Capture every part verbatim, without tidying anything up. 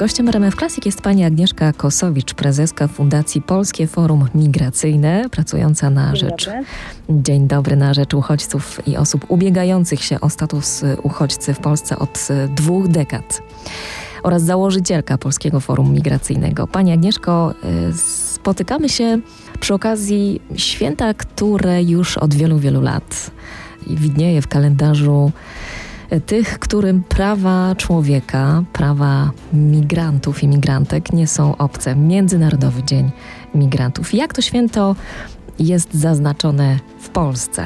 Gościem R M F Classic jest pani Agnieszka Kosowicz, prezeska Fundacji Polskie Forum Migracyjne, pracująca na Dzień rzecz... Dobry. Dzień dobry, na rzecz uchodźców i osób ubiegających się o status uchodźcy w Polsce od dwóch dekad. Oraz założycielka Polskiego Forum Migracyjnego. Pani Agnieszko, spotykamy się przy okazji święta, które już od wielu, wielu lat widnieje w kalendarzu tych, którym prawa człowieka, prawa migrantów i migrantek nie są obce. Międzynarodowy Dzień Migrantów. Jak to święto jest zaznaczone w Polsce?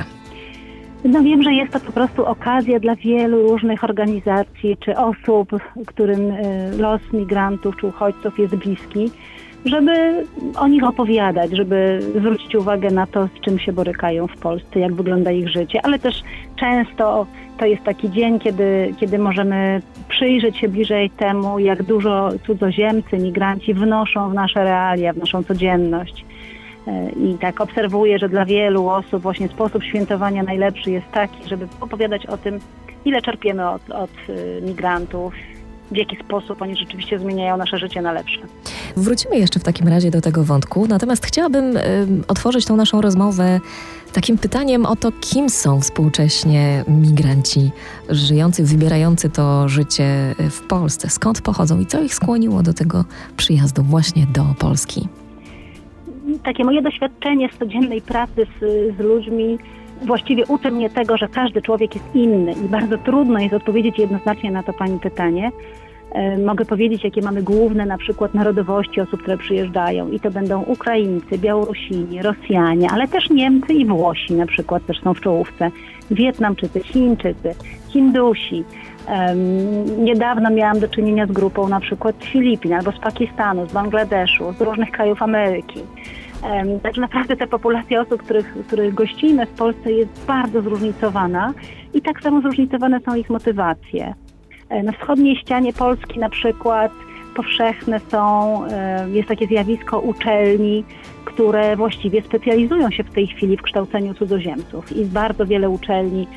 No wiem, że jest to po prostu okazja dla wielu różnych organizacji czy osób, którym los migrantów czy uchodźców jest bliski, żeby o nich opowiadać, żeby zwrócić uwagę na to, z czym się borykają w Polsce, jak wygląda ich życie, ale też często to jest taki dzień, kiedy, kiedy możemy przyjrzeć się bliżej temu, jak dużo cudzoziemcy, migranci wnoszą w nasze realia, w naszą codzienność. I tak obserwuję, że dla wielu osób właśnie sposób świętowania najlepszy jest taki, żeby opowiadać o tym, ile czerpiemy od, od migrantów, w jaki sposób oni rzeczywiście zmieniają nasze życie na lepsze. Wrócimy jeszcze w takim razie do tego wątku, natomiast chciałabym y, otworzyć tą naszą rozmowę takim pytaniem o to, kim są współcześnie migranci żyjący, wybierający to życie w Polsce. Skąd pochodzą i co ich skłoniło do tego przyjazdu właśnie do Polski? Takie moje doświadczenie z codziennej pracy z, z ludźmi właściwie uczy mnie tego, że każdy człowiek jest inny i bardzo trudno jest odpowiedzieć jednoznacznie na to pani pytanie. E, mogę powiedzieć, jakie mamy główne na przykład narodowości osób, które przyjeżdżają i to będą Ukraińcy, Białorusini, Rosjanie, ale też Niemcy i Włosi na przykład też są w czołówce, Wietnamczycy, Chińczycy, Hindusi. Um, niedawno miałam do czynienia z grupą na przykład z Filipin albo z Pakistanu, z Bangladeszu, z różnych krajów Ameryki. Um, także naprawdę ta populacja osób, których, których gościmy w Polsce jest bardzo zróżnicowana i tak samo zróżnicowane są ich motywacje. Na wschodniej ścianie Polski na przykład powszechne są, jest takie zjawisko uczelni, które właściwie specjalizują się w tej chwili w kształceniu cudzoziemców i bardzo wiele uczelni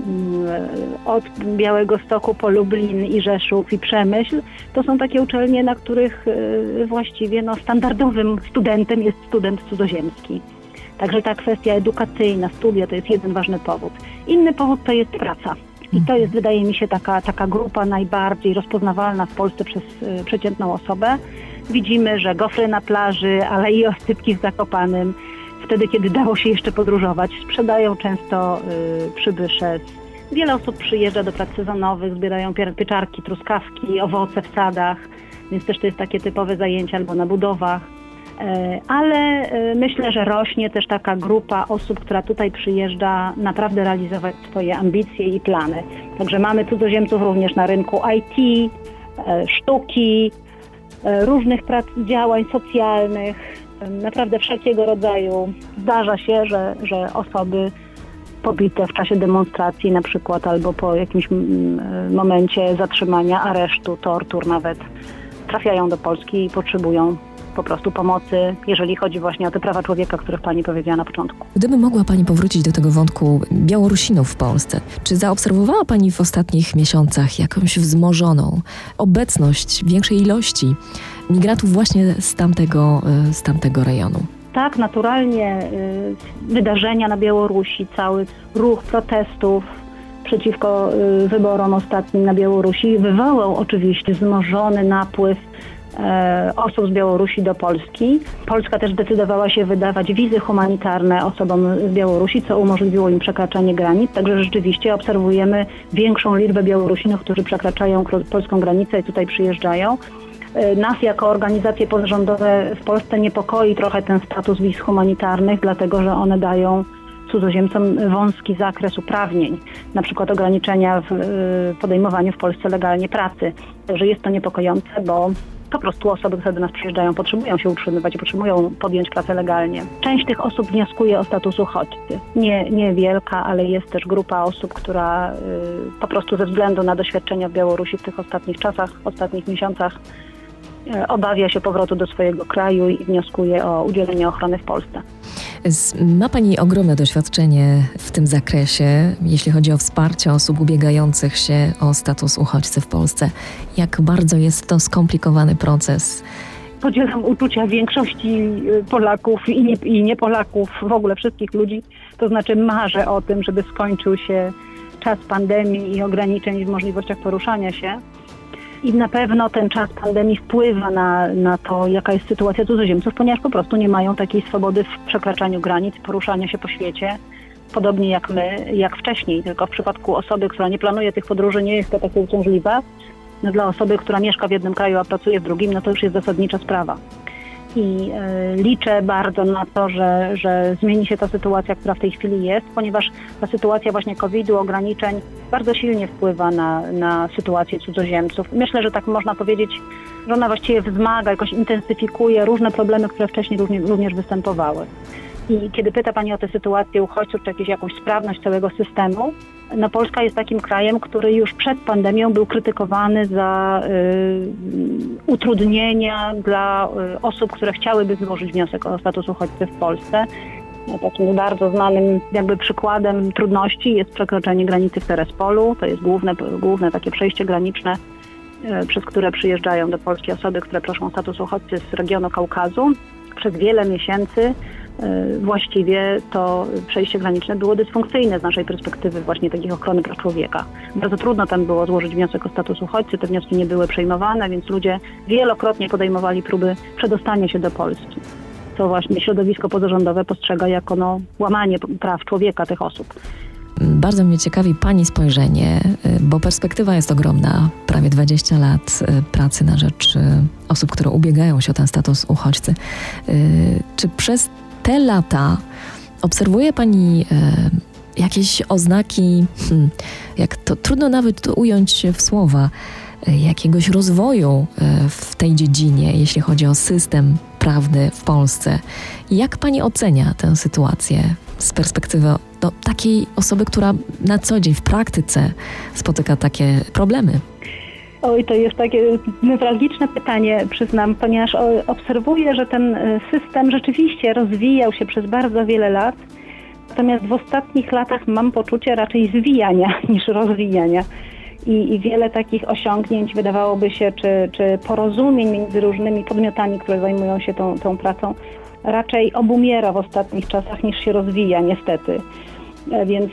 od Białegostoku po Lublin i Rzeszów i Przemyśl, to są takie uczelnie, na których właściwie no, standardowym studentem jest student cudzoziemski. Także ta kwestia edukacyjna, studia to jest jeden ważny powód. Inny powód to jest praca. I to jest, wydaje mi się, taka, taka grupa najbardziej rozpoznawalna w Polsce przez y, przeciętną osobę. Widzimy, że gofry na plaży, ale i oscypki w Zakopanem, wtedy, kiedy dało się jeszcze podróżować, sprzedają często y, przybysze. Wiele osób przyjeżdża do prac sezonowych, zbierają pieczarki, truskawki, owoce w sadach, więc też to jest takie typowe zajęcie albo na budowach. Ale myślę, że rośnie też taka grupa osób, która tutaj przyjeżdża naprawdę realizować swoje ambicje i plany. Także mamy cudzoziemców również na rynku I T, sztuki, różnych prac, działań socjalnych. Naprawdę wszelkiego rodzaju zdarza się, że, że osoby pobite w czasie demonstracji na przykład albo po jakimś momencie zatrzymania, aresztu, tortur nawet trafiają do Polski i potrzebują po prostu pomocy, jeżeli chodzi właśnie o te prawa człowieka, o których pani powiedziała na początku. Gdyby mogła pani powrócić do tego wątku Białorusinów w Polsce, czy zaobserwowała pani w ostatnich miesiącach jakąś wzmożoną obecność większej ilości migrantów właśnie z tamtego, z tamtego rejonu? Tak, naturalnie wydarzenia na Białorusi, cały ruch protestów przeciwko wyborom ostatnim na Białorusi wywołał oczywiście wzmożony napływ osób z Białorusi do Polski. Polska też zdecydowała się wydawać wizy humanitarne osobom z Białorusi, co umożliwiło im przekraczanie granic. Także rzeczywiście obserwujemy większą liczbę Białorusinów, którzy przekraczają polską granicę i tutaj przyjeżdżają. Nas jako organizacje pozarządowe w Polsce niepokoi trochę ten status wiz humanitarnych, dlatego że one dają cudzoziemcom wąski zakres uprawnień, na przykład ograniczenia w podejmowaniu w Polsce legalnie pracy. Także jest to niepokojące, bo po prostu osoby, które do nas przyjeżdżają, potrzebują się utrzymywać i potrzebują podjąć pracę legalnie. Część tych osób wnioskuje o status uchodźcy. Nie, nie wielka, ale jest też grupa osób, która y, po prostu ze względu na doświadczenia w Białorusi w tych ostatnich czasach, ostatnich miesiącach y, obawia się powrotu do swojego kraju i wnioskuje o udzielenie ochrony w Polsce. Ma Pani ogromne doświadczenie w tym zakresie, jeśli chodzi o wsparcie osób ubiegających się o status uchodźcy w Polsce. Jak bardzo jest to skomplikowany proces? Podzielam uczucia większości Polaków i nie, i nie Polaków, w ogóle wszystkich ludzi. To znaczy marzę o tym, żeby skończył się czas pandemii i ograniczeń w możliwościach poruszania się. I na pewno ten czas pandemii wpływa na, na to, jaka jest sytuacja cudzoziemców, ponieważ po prostu nie mają takiej swobody w przekraczaniu granic, poruszania się po świecie. Podobnie jak my, jak wcześniej, tylko w przypadku osoby, która nie planuje tych podróży, nie jest to takie uciążliwe. No dla osoby, która mieszka w jednym kraju, a pracuje w drugim, no to już jest zasadnicza sprawa. I y, liczę bardzo na to, że, że zmieni się ta sytuacja, która w tej chwili jest, ponieważ ta sytuacja właśnie kowida, ograniczeń bardzo silnie wpływa na, na sytuację cudzoziemców. Myślę, że tak można powiedzieć, że ona właściwie wzmaga, jakoś intensyfikuje różne problemy, które wcześniej również, również występowały. I kiedy pyta Pani o tę sytuację uchodźców, czy jakieś, jakąś sprawność całego systemu, no Polska jest takim krajem, który już przed pandemią był krytykowany za y, utrudnienia dla y, osób, które chciałyby złożyć wniosek o status uchodźcy w Polsce. No, takim bardzo znanym jakby przykładem trudności jest przekroczenie granicy w Terespolu. To jest główne, główne takie przejście graniczne, y, przez które przyjeżdżają do Polski osoby, które proszą o status uchodźcy z regionu Kaukazu. Przez wiele miesięcy właściwie to przejście graniczne było dysfunkcyjne z naszej perspektywy właśnie takich ochrony praw człowieka. Bardzo trudno tam było złożyć wniosek o status uchodźcy, te wnioski nie były przyjmowane, więc ludzie wielokrotnie podejmowali próby przedostania się do Polski, co właśnie środowisko pozarządowe postrzega jako no, łamanie praw człowieka tych osób. Bardzo mnie ciekawi Pani spojrzenie, bo perspektywa jest ogromna. Prawie dwadzieścia lat pracy na rzecz osób, które ubiegają się o ten status uchodźcy. Czy przez te lata obserwuje Pani e, jakieś oznaki, hmm, jak to trudno nawet to ująć w słowa, e, jakiegoś rozwoju e, w tej dziedzinie, jeśli chodzi o system prawny w Polsce? Jak Pani ocenia tę sytuację z perspektywy no, takiej osoby, która na co dzień w praktyce spotyka takie problemy? Oj, to jest takie newralgiczne pytanie, przyznam, ponieważ obserwuję, że ten system rzeczywiście rozwijał się przez bardzo wiele lat, natomiast w ostatnich latach mam poczucie raczej zwijania niż rozwijania. I, i wiele takich osiągnięć, wydawałoby się, czy, czy porozumień między różnymi podmiotami, które zajmują się tą, tą pracą, raczej obumiera w ostatnich czasach niż się rozwija, niestety. Więc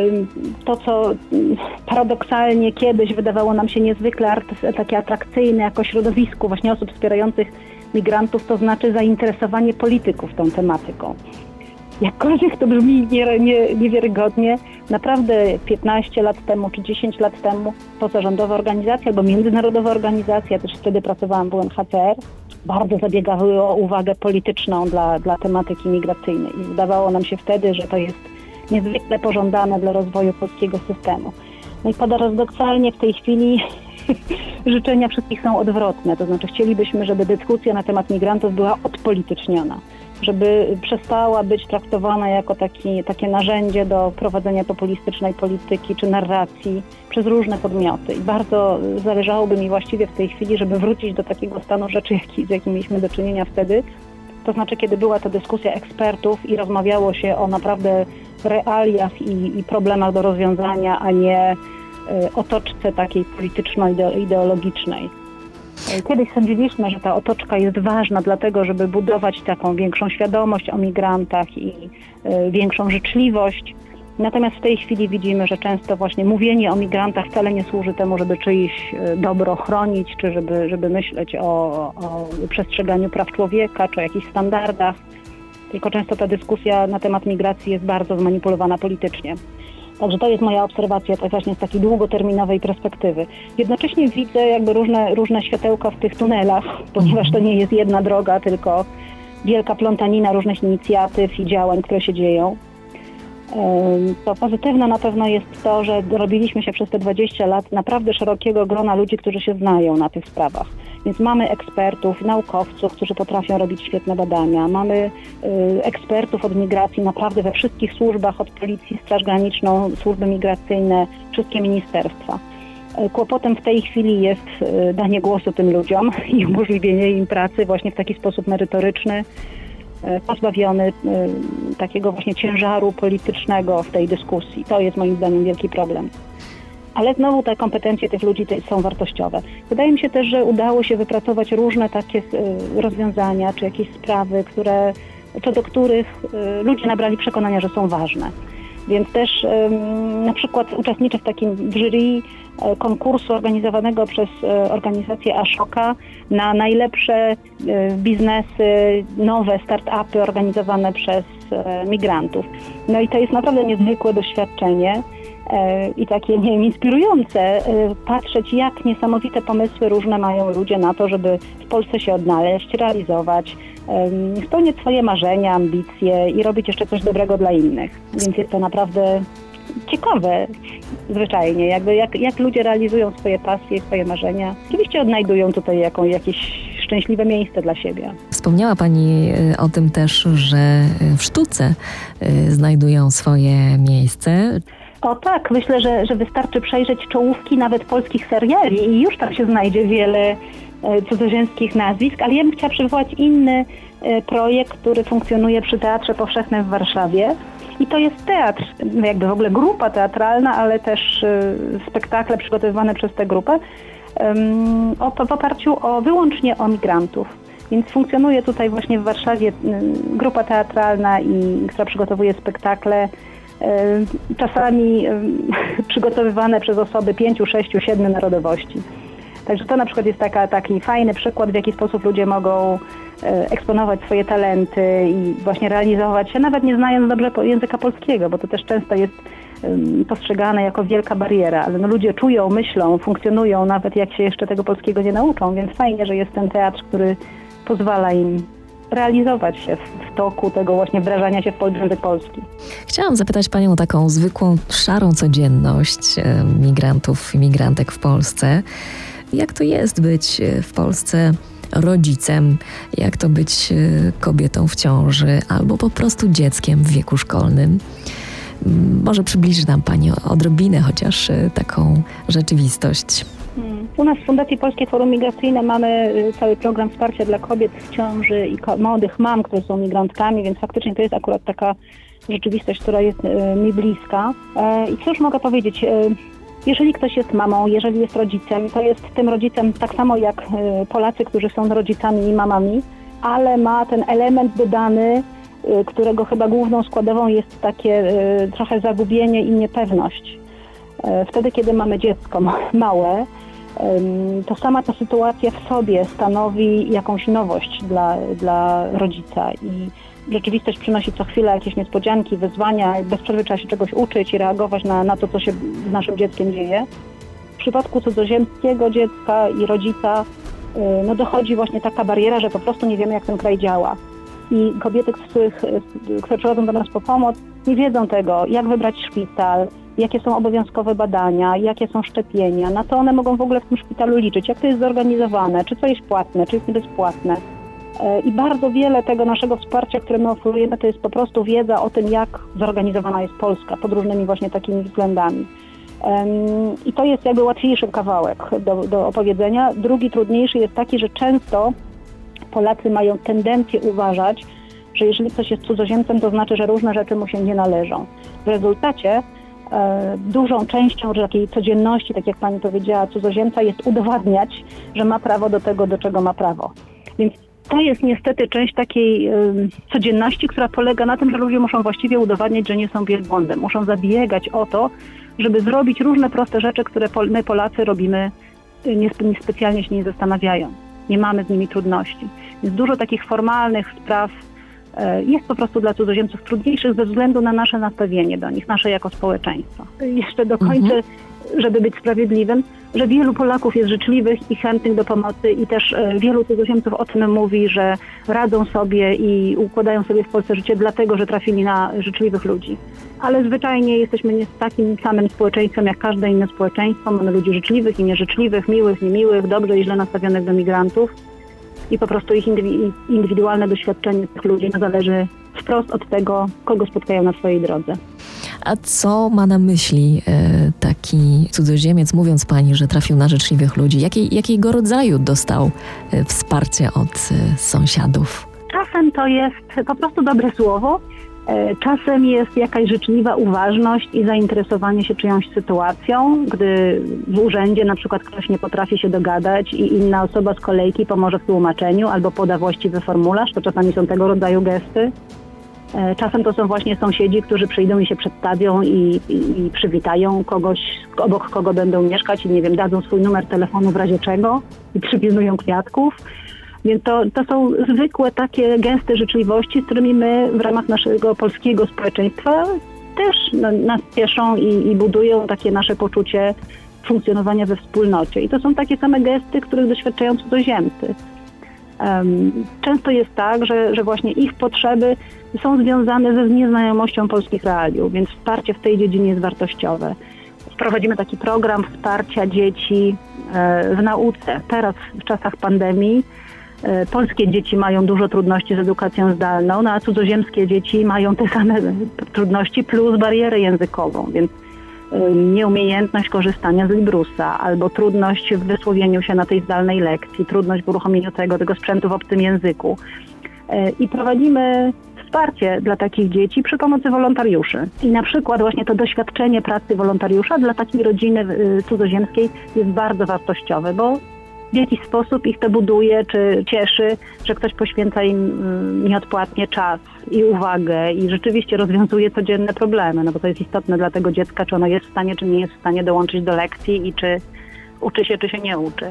to, co paradoksalnie kiedyś wydawało nam się niezwykle takie atrakcyjne jako środowisku właśnie osób wspierających migrantów, to znaczy zainteresowanie polityków tą tematyką. Jakkolwiek to brzmi nie, nie, niewiarygodnie, naprawdę piętnaście lat temu czy dziesięć lat temu pozarządowe organizacje albo międzynarodowe organizacje, ja też wtedy pracowałam w U N H C R, bardzo zabiegały o uwagę polityczną dla, dla tematyki migracyjnej i wydawało nam się wtedy, że to jest niezwykle pożądane dla rozwoju polskiego systemu. No i paradoksalnie w tej chwili życzenia wszystkich są odwrotne, to znaczy chcielibyśmy, żeby dyskusja na temat migrantów była odpolityczniona, żeby przestała być traktowana jako taki, takie narzędzie do prowadzenia populistycznej polityki czy narracji przez różne podmioty. I bardzo zależałoby mi właściwie w tej chwili, żeby wrócić do takiego stanu rzeczy, jaki, z jakim mieliśmy do czynienia wtedy, to znaczy kiedy była to dyskusja ekspertów i rozmawiało się o naprawdę realiach i, i problemach do rozwiązania, a nie y, otoczce takiej polityczno-ideologicznej. Kiedyś sądziliśmy, że ta otoczka jest ważna dlatego, żeby budować taką większą świadomość o migrantach i y, większą życzliwość. Natomiast w tej chwili widzimy, że często właśnie mówienie o migrantach wcale nie służy temu, żeby czyjeś dobro chronić, czy żeby, żeby myśleć o, o przestrzeganiu praw człowieka, czy o jakichś standardach. Tylko często ta dyskusja na temat migracji jest bardzo zmanipulowana politycznie. Także to jest moja obserwacja, to właśnie z takiej długoterminowej perspektywy. Jednocześnie widzę jakby różne, różne światełka w tych tunelach, ponieważ to nie jest jedna droga, tylko wielka plątanina różnych inicjatyw i działań, które się dzieją. To pozytywne na pewno jest to, że robiliśmy się przez te dwadzieścia lat naprawdę szerokiego grona ludzi, którzy się znają na tych sprawach. Więc mamy ekspertów, naukowców, którzy potrafią robić świetne badania. Mamy y, ekspertów od migracji naprawdę we wszystkich służbach, od policji, Straż Graniczną, służby migracyjne, wszystkie ministerstwa. Kłopotem w tej chwili jest y, danie głosu tym ludziom i umożliwienie im pracy właśnie w taki sposób merytoryczny, pozbawiony takiego właśnie ciężaru politycznego w tej dyskusji. To jest moim zdaniem wielki problem. Ale znowu te kompetencje tych ludzi są wartościowe. Wydaje mi się też, że udało się wypracować różne takie rozwiązania, czy jakieś sprawy, które, co do których ludzie nabrali przekonania, że są ważne. Więc też na przykład uczestniczę w takim jury konkursu organizowanego przez organizację Ashoka na najlepsze biznesy, nowe start-upy organizowane przez migrantów. No i to jest naprawdę niezwykłe doświadczenie i takie, nie wiem, inspirujące patrzeć, jak niesamowite pomysły różne mają ludzie na to, żeby w Polsce się odnaleźć, realizować, spełniać swoje marzenia, ambicje i robić jeszcze coś dobrego dla innych. Więc jest to naprawdę ciekawe zwyczajnie, jakby jak, jak ludzie realizują swoje pasje, swoje marzenia. Oczywiście odnajdują tutaj jaką, jakieś szczęśliwe miejsce dla siebie. Wspomniała Pani o tym też, że w sztuce znajdują swoje miejsce. O tak, myślę, że, że wystarczy przejrzeć czołówki nawet polskich seriali i już tam się znajdzie wiele cudzoziemskich nazwisk, ale ja bym chciała przywołać inny projekt, który funkcjonuje przy Teatrze Powszechnym w Warszawie. I to jest teatr, jakby w ogóle grupa teatralna, ale też spektakle przygotowywane przez tę grupę w oparciu o, wyłącznie o migrantów. Więc funkcjonuje tutaj właśnie w Warszawie grupa teatralna, i, która przygotowuje spektakle, czasami przygotowywane przez osoby pięciu, sześciu, siedmiu narodowości. Także to na przykład jest taka, taki fajny przykład, w jaki sposób ludzie mogą eksponować swoje talenty i właśnie realizować się, nawet nie znając dobrze języka polskiego, bo to też często jest postrzegane jako wielka bariera, ale no ludzie czują, myślą, funkcjonują, nawet jak się jeszcze tego polskiego nie nauczą, więc fajnie, że jest ten teatr, który pozwala im realizować się w toku tego właśnie wdrażania się w język polski. Chciałam zapytać Panią o taką zwykłą, szarą codzienność migrantów i migrantek w Polsce. Jak to jest być w Polsce rodzicem, jak to być kobietą w ciąży albo po prostu dzieckiem w wieku szkolnym? Może przybliży nam Pani odrobinę chociaż taką rzeczywistość. U nas w Fundacji Polskie Forum Migracyjne mamy cały program wsparcia dla kobiet w ciąży i ko- młodych mam, które są migrantkami, więc faktycznie to jest akurat taka rzeczywistość, która jest e, mi bliska. E, I cóż mogę powiedzieć? E, jeżeli ktoś jest mamą, jeżeli jest rodzicem, to jest tym rodzicem tak samo jak e, Polacy, którzy są rodzicami i mamami, ale ma ten element dodany, e, którego chyba główną składową jest takie e, trochę zagubienie i niepewność. E, wtedy, kiedy mamy dziecko małe, to sama ta sytuacja w sobie stanowi jakąś nowość dla, dla rodzica i rzeczywistość przynosi co chwilę jakieś niespodzianki, wyzwania, bez przerwy trzeba się czegoś uczyć i reagować na, na to, co się z naszym dzieckiem dzieje. W przypadku cudzoziemskiego dziecka i rodzica no dochodzi właśnie taka bariera, że po prostu nie wiemy, jak ten kraj działa. I kobiety, których, które przychodzą do nas po pomoc, nie wiedzą tego, jak wybrać szpital, jakie są obowiązkowe badania, jakie są szczepienia, na co one mogą w ogóle w tym szpitalu liczyć, jak to jest zorganizowane, czy to jest płatne, czy jest bezpłatne. I bardzo wiele tego naszego wsparcia, które my oferujemy, to jest po prostu wiedza o tym, jak zorganizowana jest Polska pod różnymi właśnie takimi względami. I to jest jakby łatwiejszy kawałek do, do opowiedzenia. Drugi, trudniejszy jest taki, że często Polacy mają tendencję uważać, że jeżeli ktoś jest cudzoziemcem, to znaczy, że różne rzeczy mu się nie należą. W rezultacie e, dużą częścią takiej codzienności, tak jak pani powiedziała, cudzoziemca jest udowadniać, że ma prawo do tego, do czego ma prawo. Więc to jest niestety część takiej e, codzienności, która polega na tym, że ludzie muszą właściwie udowadniać, że nie są wielbłądem. Muszą zabiegać o to, żeby zrobić różne proste rzeczy, które my Polacy robimy, nie, nie specjalnie się nie zastanawiając. Nie mamy z nimi trudności. Więc dużo takich formalnych spraw jest po prostu dla cudzoziemców trudniejszych ze względu na nasze nastawienie do nich, nasze jako społeczeństwo. Jeszcze dokończę, mhm. żeby być sprawiedliwym, że wielu Polaków jest życzliwych i chętnych do pomocy i też wielu cudzoziemców o tym mówi, że radzą sobie i układają sobie w Polsce życie dlatego, że trafili na życzliwych ludzi. Ale zwyczajnie jesteśmy nie takim samym społeczeństwem jak każde inne społeczeństwo. Mamy ludzi życzliwych i nieżyczliwych, miłych, niemiłych, dobrze i źle nastawionych do migrantów. I po prostu ich indywidualne doświadczenie tych ludzi zależy wprost od tego, kogo spotkają na swojej drodze. A co ma na myśli e, taki cudzoziemiec, mówiąc pani, że trafił na życzliwych ludzi? Jakiej, jakiego rodzaju dostał e, wsparcie od e, sąsiadów? Czasem to to jest po prostu dobre słowo. Czasem jest jakaś życzliwa uważność i zainteresowanie się czyjąś sytuacją, gdy w urzędzie na przykład ktoś nie potrafi się dogadać i inna osoba z kolejki pomoże w tłumaczeniu albo poda właściwy formularz, to czasami są tego rodzaju gesty. Czasem to są właśnie sąsiedzi, którzy przyjdą i się przedstawią i, i, i przywitają kogoś, obok kogo będą mieszkać i nie wiem, dadzą swój numer telefonu w razie czego i przypilnują kwiatków. Więc to, to są zwykłe takie gesty życzliwości, z którymi my w ramach naszego polskiego społeczeństwa też no, nas cieszą i, i budują takie nasze poczucie funkcjonowania we wspólnocie. I to są takie same gesty, których doświadczają cudzoziemcy. Um, często jest tak, że, że właśnie ich potrzeby są związane ze nieznajomością polskich realiów, więc wsparcie w tej dziedzinie jest wartościowe. Prowadzimy taki program wsparcia dzieci e, w nauce. Teraz w czasach pandemii e, polskie dzieci mają dużo trudności z edukacją zdalną, no a cudzoziemskie dzieci mają te same trudności plus barierę językową, więc e, nieumiejętność korzystania z Librusa albo trudność w wysłowieniu się na tej zdalnej lekcji, trudność w uruchomieniu tego, tego sprzętu w obcym języku. E, I prowadzimy wsparcie dla takich dzieci przy pomocy wolontariuszy. I na przykład właśnie to doświadczenie pracy wolontariusza dla takiej rodziny cudzoziemskiej jest bardzo wartościowe, bo w jakiś sposób ich to buduje, czy cieszy, że ktoś poświęca im nieodpłatnie czas i uwagę i rzeczywiście rozwiązuje codzienne problemy, no bo to jest istotne dla tego dziecka, czy ono jest w stanie, czy nie jest w stanie dołączyć do lekcji i czy uczy się, czy się nie uczy.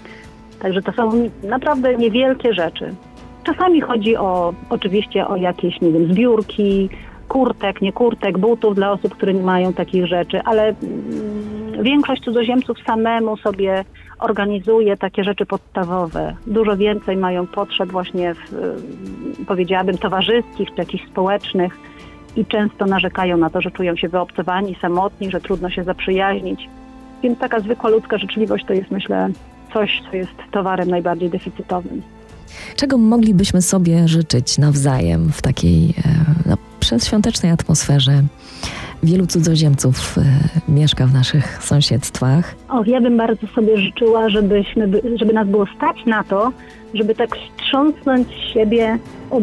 Także to są naprawdę niewielkie rzeczy. Czasami chodzi o, oczywiście o jakieś, nie wiem, zbiórki, kurtek, nie kurtek, butów dla osób, które nie mają takich rzeczy, ale mm, większość cudzoziemców samemu sobie organizuje takie rzeczy podstawowe. Dużo więcej mają potrzeb właśnie, w, powiedziałabym, towarzyskich czy jakichś społecznych i często narzekają na to, że czują się wyobcowani, samotni, że trudno się zaprzyjaźnić. Więc taka zwykła ludzka życzliwość to jest, myślę, coś, co jest towarem najbardziej deficytowym. Czego moglibyśmy sobie życzyć nawzajem w takiej no, przedświątecznej atmosferze? Wielu cudzoziemców e, mieszka w naszych sąsiedztwach. O, ja bym bardzo sobie życzyła, żebyśmy, żeby nas było stać na to, żeby tak strząsnąć z siebie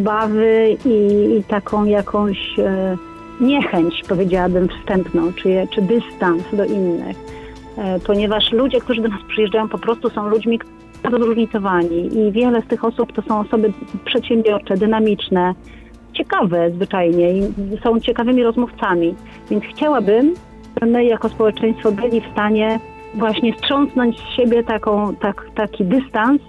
obawy i, i taką jakąś e, niechęć, powiedziałabym, wstępną, czy, czy dystans do innych. E, ponieważ ludzie, którzy do nas przyjeżdżają, po prostu są ludźmi bardzo zróżnicowani i wiele z tych osób to są osoby przedsiębiorcze, dynamiczne, ciekawe zwyczajnie i są ciekawymi rozmówcami. Więc chciałabym, żeby my jako społeczeństwo byli w stanie właśnie strząsnąć z siebie taką, tak, taki dystans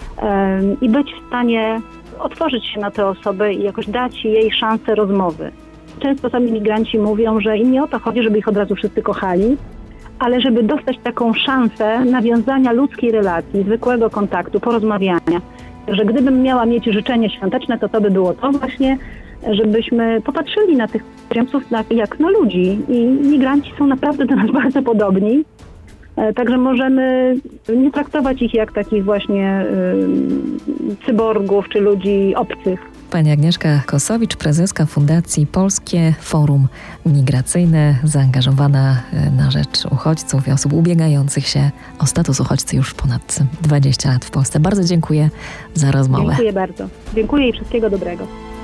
um, i być w stanie otworzyć się na tę osobę i jakoś dać jej szansę rozmowy. Często sami migranci mówią, że im nie o to chodzi, żeby ich od razu wszyscy kochali, ale żeby dostać taką szansę nawiązania ludzkiej relacji, zwykłego kontaktu, porozmawiania. Że gdybym miała mieć życzenie świąteczne, to to by było to właśnie, żebyśmy popatrzyli na tych cudzoziemców jak na ludzi i migranci są naprawdę do nas bardzo podobni. Także możemy nie traktować ich jak takich właśnie y, cyborgów czy ludzi obcych. Pani Agnieszka Kosowicz, prezeska Fundacji Polskie Forum Migracyjne, zaangażowana na rzecz uchodźców i osób ubiegających się o status uchodźcy już ponad dwadzieścia lat w Polsce. Bardzo dziękuję za rozmowę. Dziękuję bardzo. Dziękuję i wszystkiego dobrego.